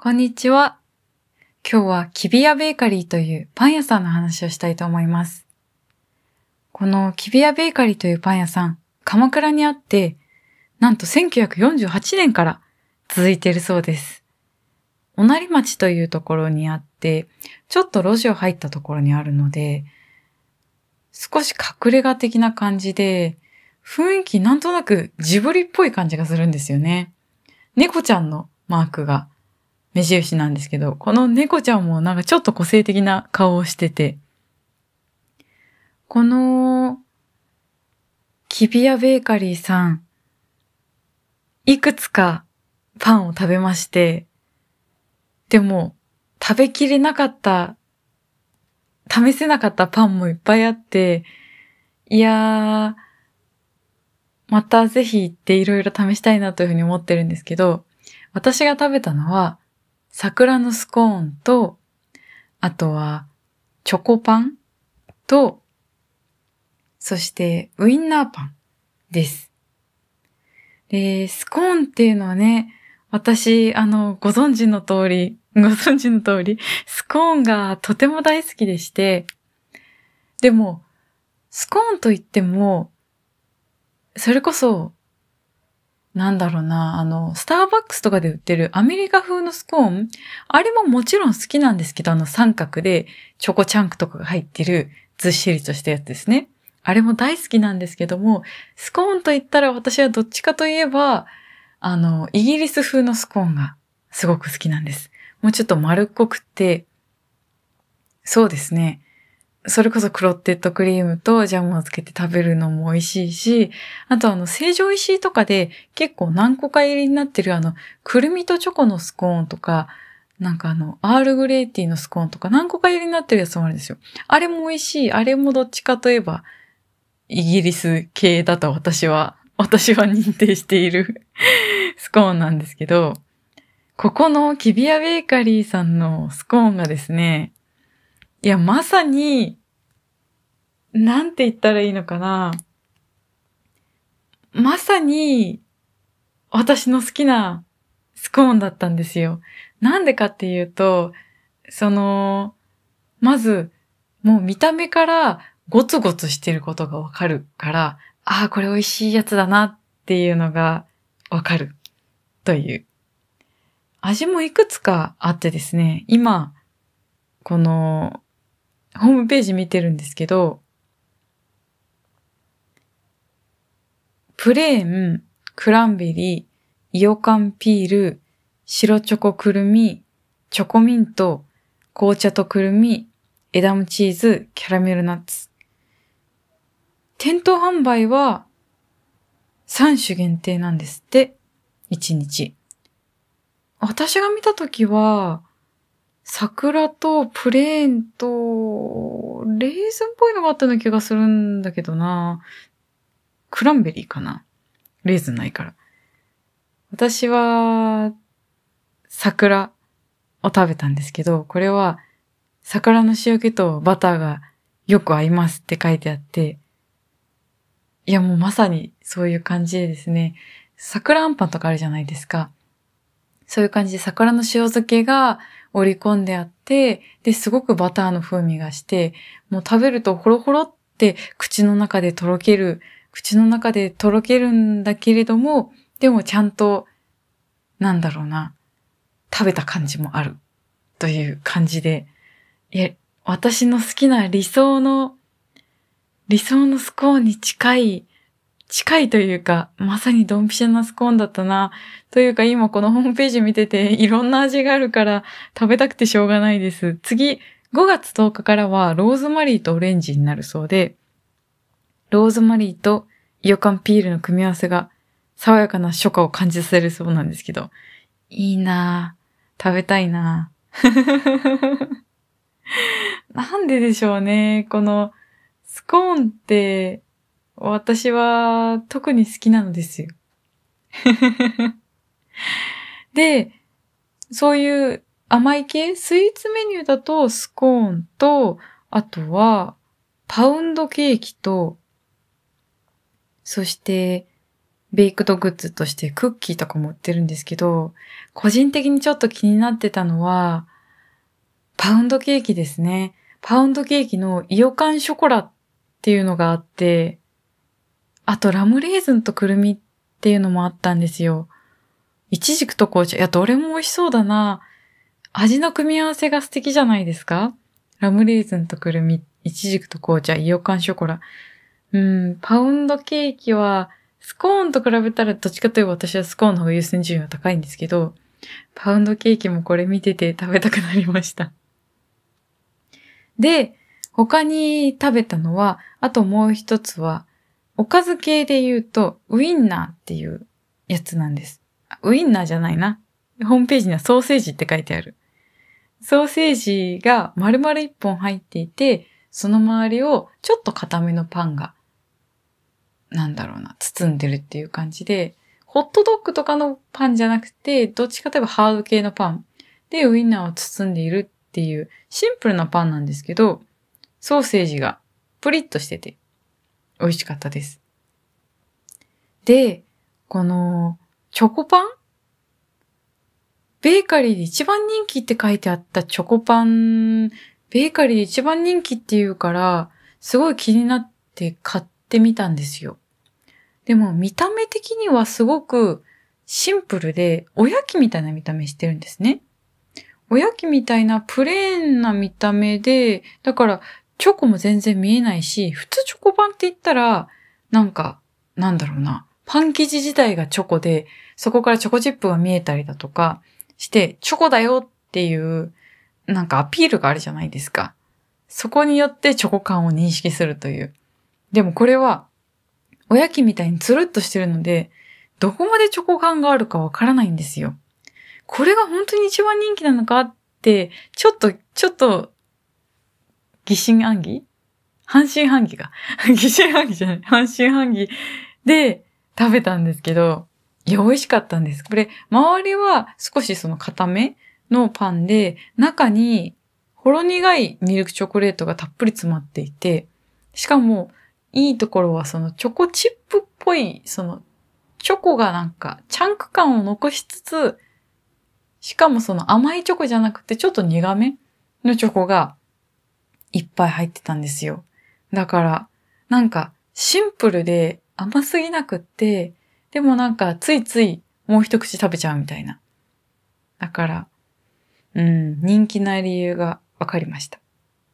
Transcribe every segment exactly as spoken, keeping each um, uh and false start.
こんにちは。今日はキビヤベーカリーというパン屋さんの話をしたいと思います。このキビヤベーカリーというパン屋さん、鎌倉にあって、なんとせんきゅうひゃくよんじゅうはちねんから続いているそうです。御成町というところにあって、ちょっと路地を入ったところにあるので、少し隠れ家的な感じで、雰囲気なんとなくジブリっぽい感じがするんですよね。猫ちゃんのマークが目印なんですけど、この猫ちゃんもなんかちょっと個性的な顔をしてて、このキビヤベーカリーさん、いくつかパンを食べまして、でも食べきれなかった、試せなかったパンもいっぱいあって、いやー、またぜひ行っていろいろ試したいなというふうに思ってるんですけど、私が食べたのは桜のスコーンと、あとはチョコパンと、そしてウインナーパンです。で、スコーンっていうのはね、私、あの、ご存知の通り、ご存知の通り、スコーンがとても大好きでして、でも、スコーンといっても、それこそ、なんだろうな、あの、スターバックスとかで売ってるアメリカ風のスコーン、あれももちろん好きなんですけど、あの三角でチョコチャンクとかが入ってるずっしりとしたやつですね。あれも大好きなんですけども、スコーンと言ったら私はどっちかといえば、あの、イギリス風のスコーンがすごく好きなんです。もうちょっと丸っこくって、そうですね。それこそクロッテッドクリームとジャムをつけて食べるのも美味しいし、あとあの、成城石井とかで結構何個か入りになってるあの、くるみとチョコのスコーンとか、なんかあの、アールグレイティーのスコーンとか何個か入りになってるやつもあるんですよ。あれも美味しい。あれもどっちかといえば、イギリス系だと私は、私は認定しているスコーンなんですけど、ここのキビヤベーカリーさんのスコーンがですね、いや、まさに、なんて言ったらいいのかな。まさに、私の好きなスコーンだったんですよ。なんでかっていうと、その、まず、もう見た目からゴツゴツしてることがわかるから、ああ、これ美味しいやつだなっていうのがわかるという。味もいくつかあってですね、今、この、ホームページ見てるんですけど、プレーン、クランベリー、イオカンピール、白チョコくるみ、チョコミント、紅茶とくるみ、エダムチーズ、キャラメルナッツ。店頭販売はさん種限定なんですって。いちにち。私が見たときは、桜とプレーンと、レーズンっぽいのがあったような気がするんだけどな。クランベリーかな。レーズンないから。私は、桜を食べたんですけど、これは桜の塩気とバターがよく合いますって書いてあって、いやもうまさにそういう感じでですね、桜あんパンとかあるじゃないですか。そういう感じで桜の塩漬けが織り込んであって、で、すごくバターの風味がして、もう食べるとホロホロって口の中でとろける、口の中でとろけるんだけれども、でもちゃんと、なんだろうな、食べた感じもあるという感じで、いや、私の好きな理想の、理想のスコーンに近い、近いというか、まさにドンピシャなスコーンだったな。というか今このホームページ見てていろんな味があるから食べたくてしょうがないです。次、ごがつとおかからはローズマリーとオレンジになるそうで、ローズマリーとイオカンピールの組み合わせが爽やかな初夏を感じさせるそうなんですけど、いいなぁ。食べたいなぁ。なんででしょうね。このスコーンって私は特に好きなのですよ。で、そういう甘い系、スイーツメニューだとスコーンと、あとはパウンドケーキと、そしてベイクドグッズとしてクッキーとかも売ってるんですけど、個人的にちょっと気になってたのは、パウンドケーキですね。パウンドケーキのイヨカンショコラっていうのがあって、あとラムレーズンとくるみっていうのもあったんですよ。イチジクと紅茶。いや、どれも美味しそうだな。味の組み合わせが素敵じゃないですか？ラムレーズンとくるみ、イチジクと紅茶、イヨカンショコラ。うん、パウンドケーキは、スコーンと比べたらどっちかといえば私はスコーンの方が優先順位は高いんですけど、パウンドケーキもこれ見てて食べたくなりました。で、他に食べたのは、あともう一つは、おかず系で言うと、ウインナーっていうやつなんです。ウインナーじゃないな。ホームページにはソーセージって書いてある。ソーセージが丸々一本入っていて、その周りをちょっと固めのパンが、なんだろうな、包んでるっていう感じで、ホットドッグとかのパンじゃなくて、どっちかといえばハード系のパンでウインナーを包んでいるっていうシンプルなパンなんですけど、ソーセージがプリッとしてて美味しかったです。で、このチョコパン？ベーカリーで一番人気って書いてあったチョコパン、ベーカリーで一番人気っていうから、すごい気になって買ってみたんですよ。でも見た目的にはすごくシンプルで、おやきみたいな見た目してるんですね。おやきみたいなプレーンな見た目で、だからチョコも全然見えないし、普通チョコパンって言ったら、なんか、なんだろうな、パン生地自体がチョコで、そこからチョコチップが見えたりだとかして、チョコだよっていう、なんかアピールがあるじゃないですか。そこによってチョコ感を認識するという。でもこれは、おやきみたいにつるっとしてるので、どこまでチョコ感があるかわからないんですよ。これが本当に一番人気なのかって、ちょっと、ちょっと、疑心暗鬼？半信半疑が。疑心半疑じゃない。半信半疑で食べたんですけど、いや、美味しかったんです。これ、周りは少しその固めのパンで、中にほろ苦いミルクチョコレートがたっぷり詰まっていて、しかも、いいところはそのチョコチップっぽい、そのチョコがなんかチャンク感を残しつつ、しかもその甘いチョコじゃなくてちょっと苦めのチョコがいっぱい入ってたんですよ。だから、なんかシンプルで甘すぎなくって、でもなんかついついもう一口食べちゃうみたいな。だから、うん、人気な理由がわかりました。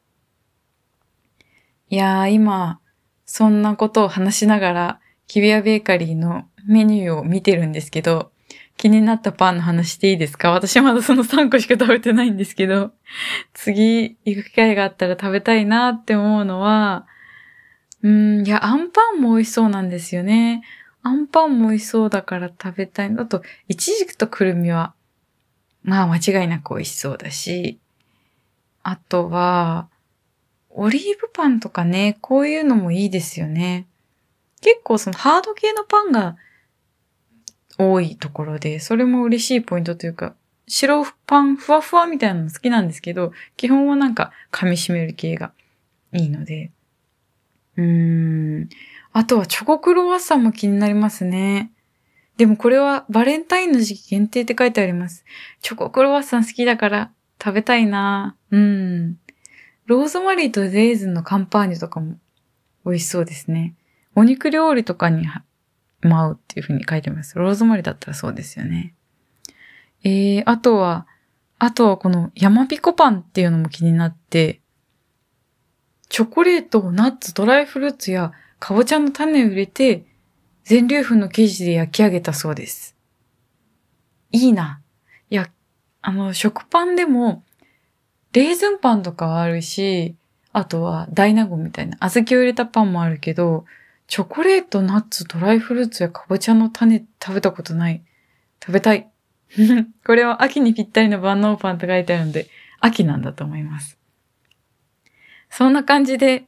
いやー、今、そんなことを話しながら、キビアベーカリーのメニューを見てるんですけど、気になったパンの話していいですか？私まだそのさんこしか食べてないんですけど、次行く機会があったら食べたいなって思うのは、うーん、いや、アンパンも美味しそうなんですよね。アンパンも美味しそうだから食べたい。あと、イチジクとくるみは、まあ間違いなく美味しそうだし、あとは、オリーブパンとかね、こういうのもいいですよね。結構そのハード系のパンが多いところで、それも嬉しいポイントというか、白パンふわふわみたいなの好きなんですけど、基本はなんか噛み締める系がいいので。うーん。あとはチョコクロワッサンも気になりますね。でもこれはバレンタインの時期限定って書いてあります。チョコクロワッサン好きだから食べたいな。うん。ローズマリーとレーズンのカンパーニュとかも美味しそうですね。お肉料理とかに舞うっていう風に書いてます。ローズマリーだったらそうですよね。えー、あとは、あとはこの山ピコパンっていうのも気になって、チョコレート、ナッツ、ドライフルーツやかぼちゃの種を入れて、全粒粉の生地で焼き上げたそうです。いいな。いや、あの、食パンでも、レーズンパンとかはあるし、あとは大納言みたいな小豆を入れたパンもあるけど、チョコレート、ナッツ、ドライフルーツやかぼちゃの種食べたことない。食べたい。これは秋にぴったりの万能パンって書いてあるので、秋なんだと思います。そんな感じで、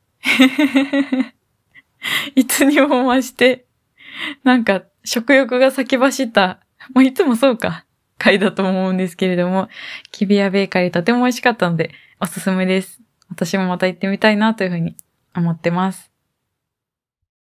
いつにも増して、なんか食欲が先走った、まあ、いつもそうか、回だと思うんですけれども、キビアベーカリーとても美味しかったので、おすすめです。私もまた行ってみたいなというふうに思ってます。